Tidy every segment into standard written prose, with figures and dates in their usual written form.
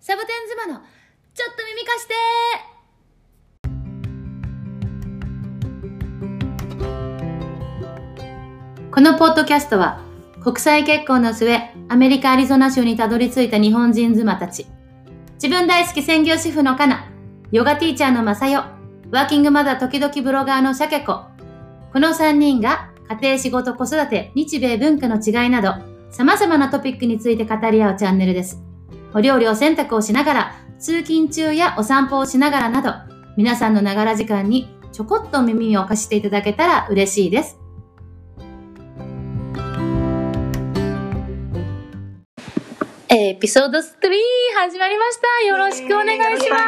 サボテン妻のちょっと耳貸して。このポッドキャストは国際結婚の末アメリカアリゾナ州にたどり着いた日本人妻たち、自分大好き専業主婦のカナ、ヨガティーチャーのマサヨ、ワーキングマザー時々ブロガーのシャケコ、この3人が家庭仕事子育て日米文化の違いなど様々なトピックについて語り合うチャンネルです。お料理お洗濯をしながら、通勤中やお散歩をしながらなど、皆さんのながら時間にちょこっと耳を貸していただけたら嬉しいです。エピソード3始まりました。よろしくお願いします。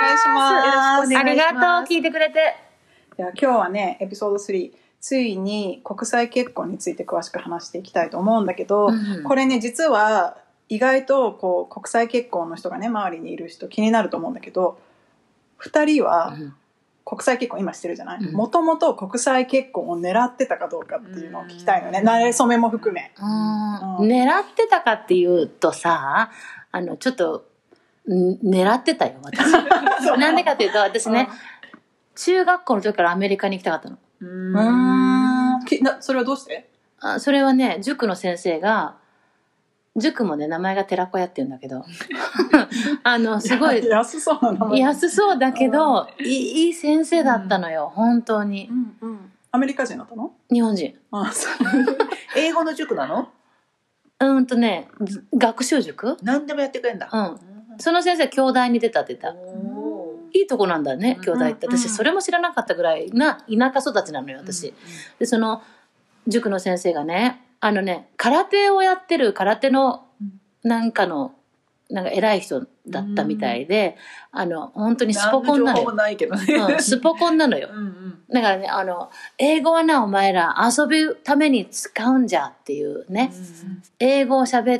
ありがとう、聞いてくれて。 いや、今日はね、エピソード3、ついに国際結婚について詳しく話していきたいと思うんだけど、これね、実は意外とこう国際結婚の人がね、周りにいる人気になると思うんだけど、2人は国際結婚今してるじゃない？もともと国際結婚を狙ってたかどうかっていうのを聞きたいのね。馴れ初めも含め。 狙ってたかっていうとさ、ちょっと狙ってたよ、私。なんでかっていうと、私ね、中学校の時からアメリカに行きたかったの。 それはどうして？ それはね、塾の先生が、塾もね、名前が寺子屋って言うんだけど、すごい安そうな名前。 安そうだけど、いい先生だったのよ、本当に。 アメリカ人だったの？ 日本人。 英語の塾なの？ ね、学習塾？ 何でもやってくれんだ。 その先生、京大に出たって言った。いいとこなんだね、京大って。私、それも知らなかったぐらいな田舎育ちなのよ、私。で、その塾の先生がね、空手をやってる空手のなんか偉い人だったみたいで、本当にスポコンなのよ。 何の情報もないけどね。 スポコンなのよ。だからね、英語はな、お前ら遊ぶために使うんじゃっていうね、英語を喋って、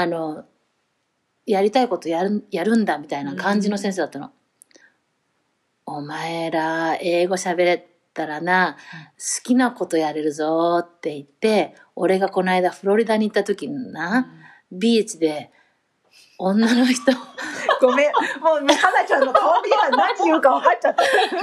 やりたいことやるんだみたいな感じの先生だったの。お前ら英語喋れたらな、好きなことやれるぞって言って、俺がこの間フロリダに行った時にな、ビーチで女の人ごめん、もう花ちゃんの顔見たら何言うか分かっちゃった。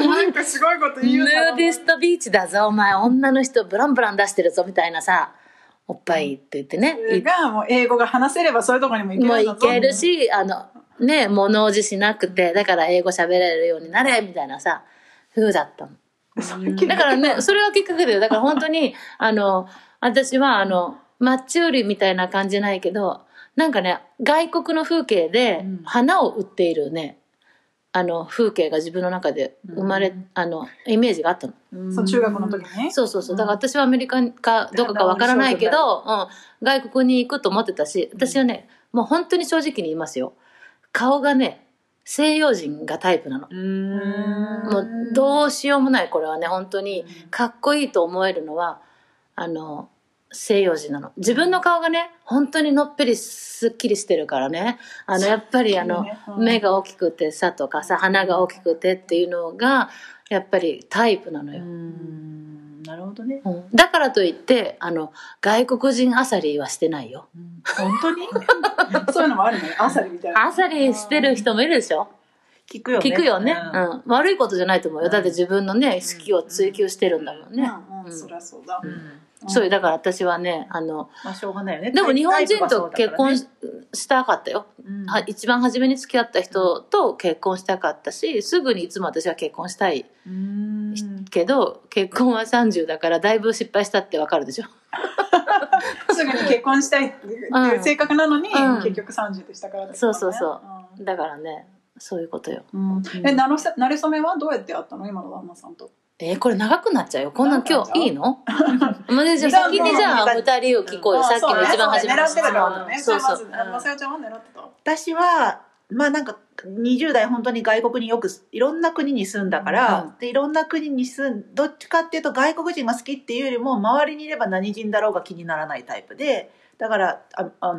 なんかすごいこと言うな。 ヌーディストビーチだぞお前、女の人ブランブラン出してるぞみたいなさ、おっぱいって言ってね、 もう英語が話せればそういうところにも行けるんだぞ。 もう行けるし、物おじしなくて、だから英語喋れるようになれみたいなさ風だったの。だからね、それはきっかけだよ。だから本当に私はマッチ売りみたいな感じじゃないけど、なんかね、外国の風景で花を売っているね、風景が自分の中で生まれ、イメージがあったの。 そう、中学の時にね。 そう。だから私はアメリカかどこかわからないけど、外国に行くと思ってたし、私はね、もう本当に正直に言いますよ。顔がね、西洋人がタイプなの。もうどうしようもない、これはね、本当にかっこいいと思えるのは、西洋人なの。自分の顔がね、本当にのっぺりすっきりしてるからね。やっぱり目が大きくてさとかさ、鼻が大きくてっていうのが、やっぱりタイプなのよ。 なるほどね。 だからといって、外国人あさりはしてないよ。 本当にそういうのもあるね。あさりみたいな。 あさりしてる人もいるでしょ？ 聞くよね。 悪いことじゃないと思うよ。だって自分のね、好きを追求してるんだもんね。 そりゃそうだ。 そう、だから私はね、 しょうがないよね。 でも日本人と結婚したかったよ。一番初めに付き合った人と結婚したかったし、すぐにいつも私は結婚したいけど、結婚は30だからだいぶ失敗したってわかるでしょ。 すぐに結婚したいっていう性格なのに、結局30でしたから。 そう。だからね、そういうことよ。 なれそめはどうやって会ったの？今の旦那さんと。 これ長くなっちゃうよ。こんなん今日いいの？じゃあ先にじゃあ2人を聞こうよ。さっきの一番初めの質問。 そう。まさよちゃんは狙ってた？ 私はなんか20代本当に外国によくいろんな国に住んだから、でいろんな国にどっちかっていうと外国人が好きっていうよりも周りにいれば何人だろうが気にならないタイプで、だから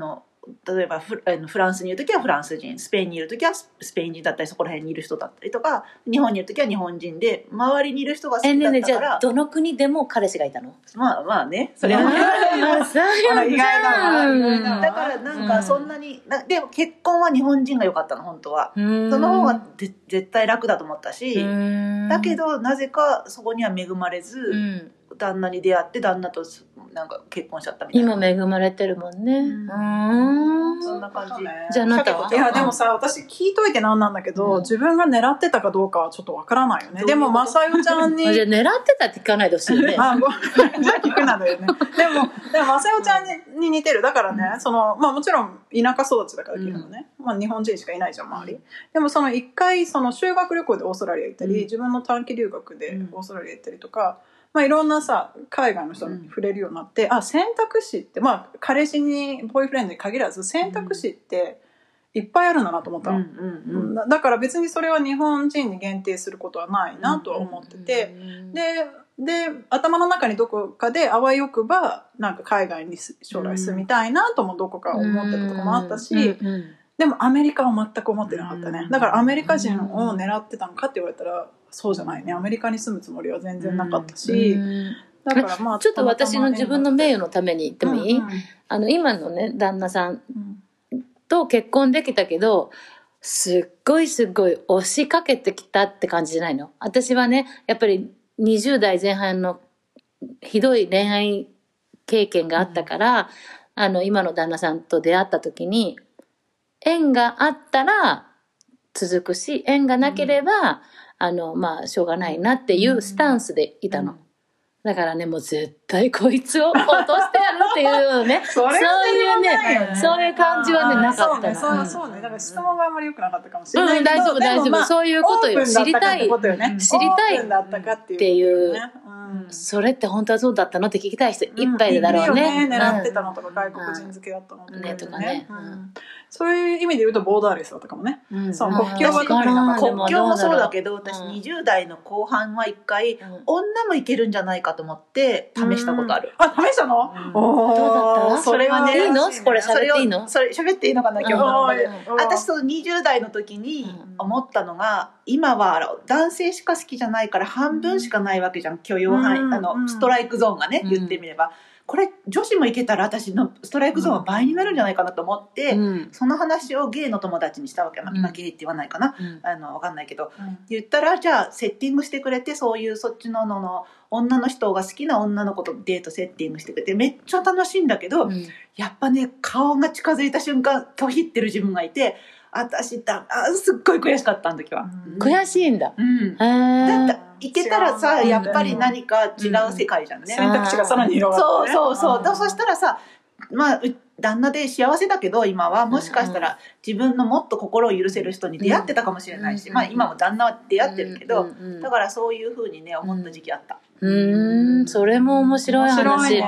例えばフランスにいるときはフランス人、スペインにいるときはスペイン人だったり、そこら辺にいる人だったりとか、日本にいるときは日本人で、周りにいる人が好きだったから。 じゃあどの国でも彼氏がいたの？ まあね、それは意外だな。だからなんかそんなに、でも結婚は日本人が良かったの、本当は。その方が絶対楽だと思ったし、だけどなぜかそこには恵まれず、旦那に出会って旦那となんか結婚しちゃったみたいな。 今恵まれてるもんね。 そんな感じ。 じゃああなたは？ いやでもさ、私聞いといてなんなんだけど、自分が狙ってたかどうかはちょっとわからないよね。でもまさよちゃんにじゃあ狙ってたって聞かないでほしいよね。 じゃあ聞くなだよね。でもまさよちゃんに似てる。だからね、まあもちろん田舎育ちだから聞くのね。まあ日本人しかいないじゃん周り。でも一回修学旅行でオーストラリア行ったり、自分の短期留学でオーストラリア行ったりとか。まあ、いろんなさ海外の人に触れるようになって、選択肢ってまあ彼氏にボーイフレンドに限らず選択肢っていっぱいあるんだなと思ったの、だから別にそれは日本人に限定することはないなとは思ってて、で頭の中にどこかであわよくばなんか海外に将来住みたいなともどこか思ってたとこもあったし、でもアメリカは全く思ってなかったね。だからアメリカ人を狙ってたのかって言われたらそうじゃないね。アメリカに住むつもりは全然なかったし、だからまあちょっと私の自分の名誉のために言ってもいい？今のね旦那さんと結婚できたけど、すっごい押しかけてきたって感じじゃないの？私はねやっぱり20代前半のひどい恋愛経験があったから、今の旦那さんと出会った時に縁があったら続くし、縁がなければ、まあしょうがないなっていうスタンスでいたの。だからね、もう絶対こいつを落としてやるっていうね、そういうね、そういう感じはね、なかったの。そうね。だから質問があんまり良くなかったかもしれないけど、 大丈夫。そういうことよ。知りたいっていう。それって本当はそうだったのって聞きたい人いっぱいだろうね。 狙ってたのとか外国人付けだったのとかとかね。そういう意味で言うとボーダーレスだったかもね。そう、国境は特になかった。 国境もそうだけど、私20代の後半は一回、女もいけるんじゃないかと思って試したことある。 あ、試したの？ どうだった？ それはね、 いいの？これ喋っていいの？ それ喋っていいのかな今日。私その20代の時に思ったのが、今は男性しか好きじゃないから半分しかないわけじゃん、許容範囲、ストライクゾーンがね、言ってみれば。これ女子もいけたら私のストライクゾーンは倍になるんじゃないかなと思って、その話をゲイの友達にしたわけ。今ゲイって言わないかな、わかんないけど、言ったらじゃあセッティングしてくれて、そういうそっちの女の人が好きな女の子とデートセッティングしてくれてめっちゃ楽しいんだけど、やっぱね顔が近づいた瞬間拒否ってる自分がいて、すっごい悔しかったあの時は。 悔しいんだ。 だって行けたらさ、やっぱり何か違う世界じゃんね。 選択肢がさらに広がって、ね。 そう。そしたらさ、まあ旦那で幸せだけど今はもしかしたら自分のもっと心を許せる人に出会ってたかもしれないし、まあ今も旦那は出会ってるけど、だからそういう風にね思った時期あった。 それも面白い話。 面白い。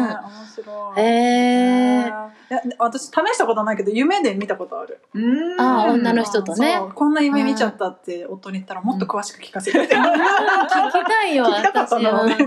私試したことないけど夢で見たことある。 女の人とね。 こんな夢見ちゃったって夫に言ったらもっと詳しく聞かせてって。聞きたいよ。 聞きたかったのね。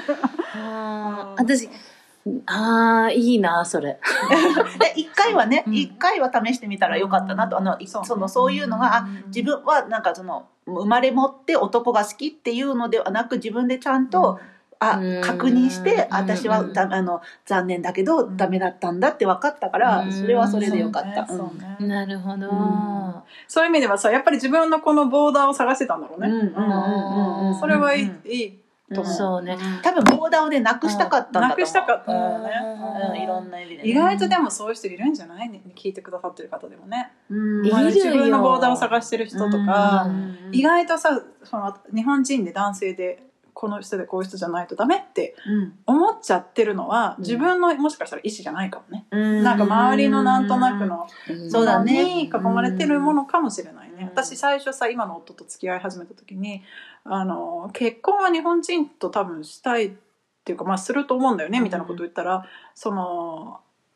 私いいなそれ。 一回は試してみたらよかったなと。そういうのが自分はなんか生まれ持って男が好きっていうのではなく、自分でちゃんと確認して、私は残念だけどダメだったんだって分かったから、それはそれでよかった。 なるほど。 そういう意味ではさ、やっぱり自分のこのボーダーを探してたんだろうね。それはいい。 そうね。 多分ボーダーをねなくしたかったんだと思う。 なくしたかったんだよね。 いろんな意味で。 意外とでもそういう人いるんじゃない？聞いてくださってる方でもね。 自分のボーダーを探してる人とか、意外とさ、日本人で男性でこの人でこういう人じゃないとダメって思っちゃってるのは、自分のもしかしたら意思じゃないかもね。なんか周りのなんとなくのそうだねに囲まれてるものかもしれないね。私最初さ、今の夫と付き合い始めた時に結婚は日本人と多分したいっていうか、まあすると思うんだよねみたいなことを言ったら、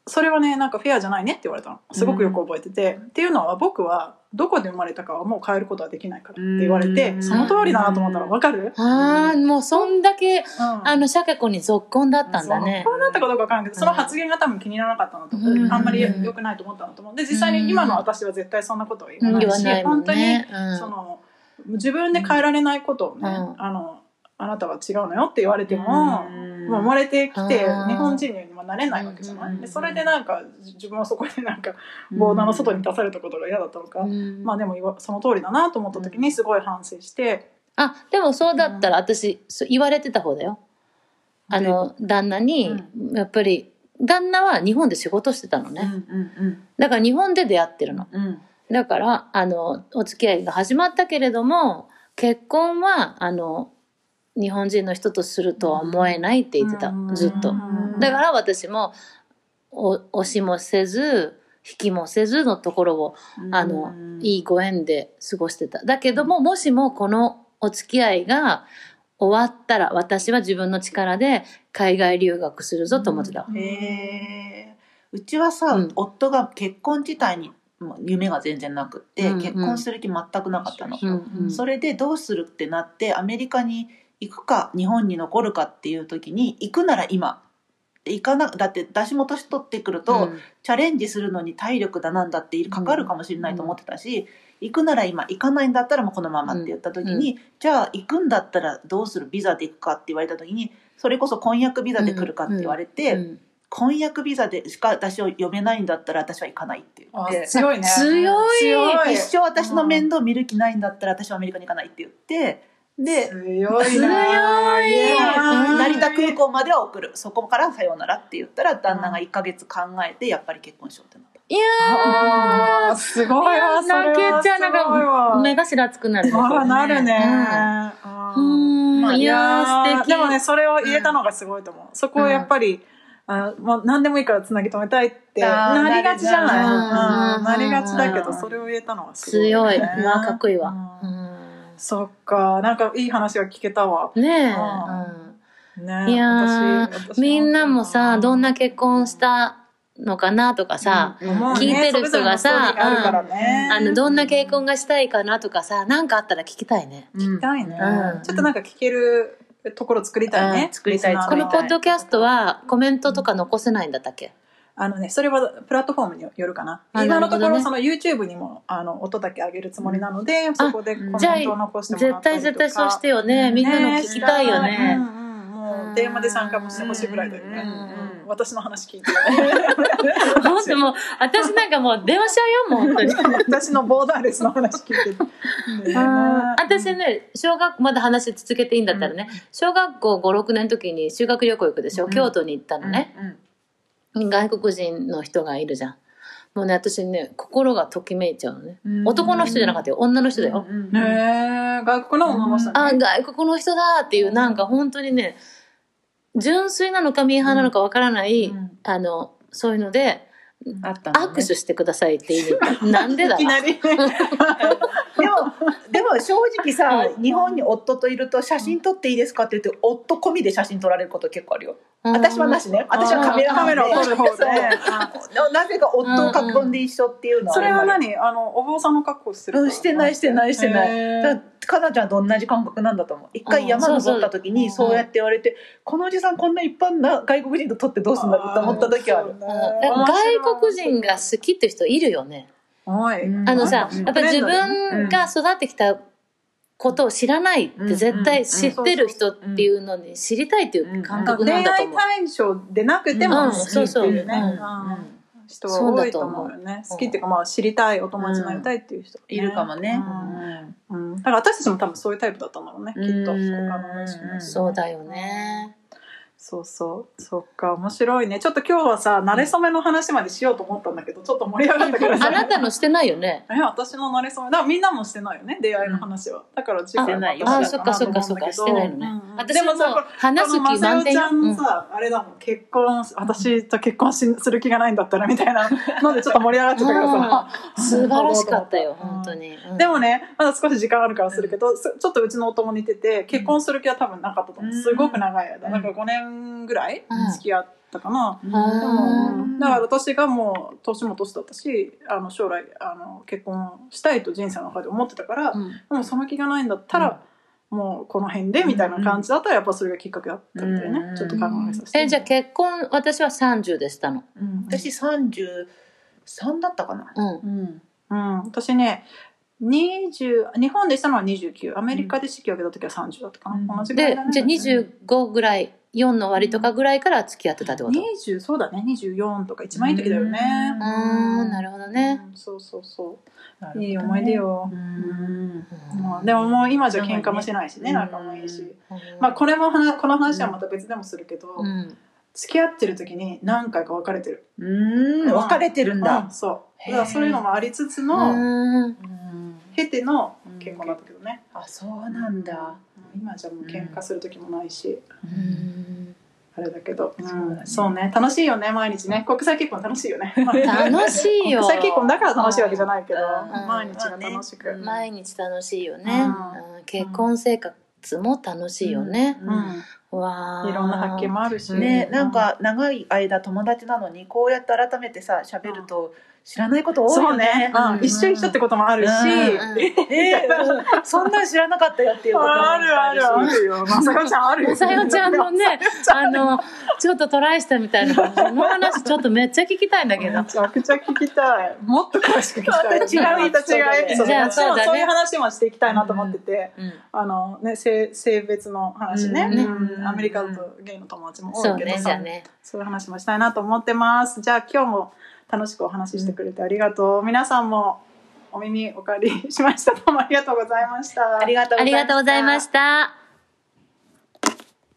それはね、なんかフェアじゃないねって言われたの。すごくよく覚えてて。っていうのは、僕はどこで生まれたかはもう変えることはできないからって言われて、その通りだなと思ったらわかる？ もうそんだけ、シャケ子にぞっこんだったんだね。 そうなったかどうかわからんけど、その発言が多分気にならなかったなと思って、あんまり良くないと思ったなと思う。で、実際に今の私は絶対そんなことは言わないし、本当に、自分で変えられないことをね、あなたは違うのよって言われても、もう生まれてきて日本人にはなれないわけじゃない。でそれでなんか自分はそこでなんかボーダーの外に出されたことが嫌だったのか、まあでもその通りだなと思った時にすごい反省して。 でもそうだったら私言われてた方だよ。旦那に、やっぱり旦那は日本で仕事してたのね。だから日本で出会ってるの。だからお付き合いが始まったけれども、結婚は日本人の人とするとは思えないって言ってた、ずっと。だから私も押しもせず引きもせずのところをいいご縁で過ごしてた。だけども、もしもこのお付き合いが終わったら、私は自分の力で海外留学するぞと思ってた。 うちはさ、夫が結婚自体に夢が全然なくって、結婚する気全くなかったの。それでどうするってなって、アメリカに行くか日本に残るかっていう時に、行くなら今、行かな、だって私も年取ってくると、チャレンジするのに体力だなんだってかかるかもしれないと思ってたし、行くなら今、行かないんだったらもうこのままって言った時に、じゃあ行くんだったらどうする、ビザで行くかって言われた時に、それこそ婚約ビザで来るかって言われて、婚約ビザでしか私を呼べないんだったら私は行かないって言って。 強いね。 強い。 一生私の面倒見る気ないんだったら私はアメリカに行かないって言って、で、 強い成田空港までは送る。そこからさようならって言ったら、旦那が1ヶ月考えてやっぱり結婚しようってなった。 いやー、 すごいわ。 泣けちゃう。なんか目頭熱くなる。 なるね。 いやー、素敵。 でもね、それを言えたのがすごいと思う。そこをやっぱり、もう何でもいいからつなぎ止めたいってなりがちじゃない。なりがちだけど、それを言えたのはすごい。 強い。かっこいいわ。 そっか、なんかいい話が聞けたわ。 ねえ。いやー、みんなもさ、どんな結婚したのかなとかさ、聞いてる人がさ、どんな結婚がしたいかなとかさ、なんかあったら聞きたいね。 聞きたいね。ちょっとなんか聞けるところ作りたいね。 作りたい。 このポッドキャストはコメントとか残せないんだったっけ？ それはプラットフォームによるかな。今のところその YouTube にも音だけ上げるつもりなので、そこでコメントを残してもらったりとか。 絶対そうしてよね。みんなの聞きたいよね。 もう電話で参加もしてほしいぐらいだよね。私の話聞いて。 本当もう私なんかもう電話しちゃうよ、もう本当に。 私のボーダーレスの話聞いて。 私ね、まだ話続けていいんだったらね、小学校5、6年の時に修学旅行行くでしょ。京都に行ったのね。外国人の人がいるじゃん。もうね、私ね、心がときめいちゃうのね。男の人じゃなかったよ、女の人だよ。 外国の女の人ね。外国の人だっていう、なんか本当にね、純粋なのかミーハーなのかわからない、そういうので、握手してくださいって言いに行った。なんでだろう。いきなり。 でも正直さ、日本に夫といると写真撮っていいですかって言って、夫込みで写真撮られること結構あるよ。私はなしね。私はカメラを撮る方で。なぜか夫を囲んで一緒っていうのは。 それは何？お坊さんの格好してる？ してない。かなちゃんと同じ感覚なんだと思う。一回山登った時にそうやって言われて、このおじさんこんな一般な外国人と撮ってどうするんだろうと思った時はある。 外国人が好きって人いるよね。さ、やっぱり自分が育ってきたことを知らないって絶対知ってる人っていうのに知りたいっていう感覚なんだと思う。 恋愛対象でなくても好きっていうね。人は多いと思うよね。好きっていうか、まあ知りたい、お友達になりたいっていう人いるかもね。 だから私たちも多分そういうタイプだったんだろうね、きっと。 そうだよね。 そうそう。そっか、面白いね。ちょっと今日はさ、慣れ初めの話までしようと思ったんだけど、ちょっと盛り上がったからさ。 あなたのしてないよね。 私の慣れ初め。だからみんなもしてないよね、出会いの話は。だからしてないよ。 そっか、してないのね。 でもさ、 話す気満点よ。 ちゃんさ、あれだもん、私と結婚する気がないんだったらみたいなのでちょっと盛り上がってたからさ。 素晴らしかったよ、本当に。 でもね、まだ少し時間あるからするけど、ちょっとうちの夫も似てて、結婚する気は多分なかったと思う。すごく長い間。なんか5年ぐらい付き合ったかな。であもだから私がもう年も年だったし、将来結婚したいと人生の中で思ってたから、もうその気がないんだったら、もうこの辺でみたいな感じだったら、やっぱそれがきっかけだったんだよね。ちょっと考えさせて。 じゃあ結婚、私は30でしたの。 私33だったかな。 私ね、日本でしたのは29、アメリカで式を挙げた時は30だったかな。同じぐらいだね。 で、じゃあ25ぐらい、4の割とかぐらいから付き合ってたってこと ？20、そうだね。24とか一番いい時だよね。 なるほどね。 そうそうそう。いい思い出よ。でももう今じゃ喧嘩もしないしね、仲もいいし。まあこの話はまた別でもするけど、付き合ってる時に何回か別れてる。 別れてるんだ。 そう。だからそういうのもありつつの、経ての結婚だったけどね。 あ、そうなんだ。 今じゃもう喧嘩する時もないし。あれだけど、そうね、楽しいよね、毎日ね。国際結婚楽しいよね。 楽しいよ。 国際結婚だから楽しいわけじゃないけど、毎日が楽しく。 毎日楽しいよね。結婚生活も楽しいよね。わいろんな発見もあるしね。なんか長い間友達なのにこうやって改めてさ喋ると知らないこと多いよね。 一緒にしたってこともあるし、 そんなん知らなかったよっていうこともあるよ。まさよちゃんあるよ。 まさよちゃんのね、ちょっとトライしたみたいな感じ。その話ちょっとめっちゃ聞きたいんだけど。 めちゃくちゃ聞きたい。もっと詳しく聞きたい。違うエピソードで。 じゃあそうだね。 そういう話もしていきたいなと思ってて、性別の話ね。アメリカだとゲイの友達も多いけどさ、そういう話もしたいなと思ってます。じゃあ今日も楽しくお話ししてくれてありがとう。皆さんもお耳お借りしました。どうもありがとうございました。 ありがとうございました。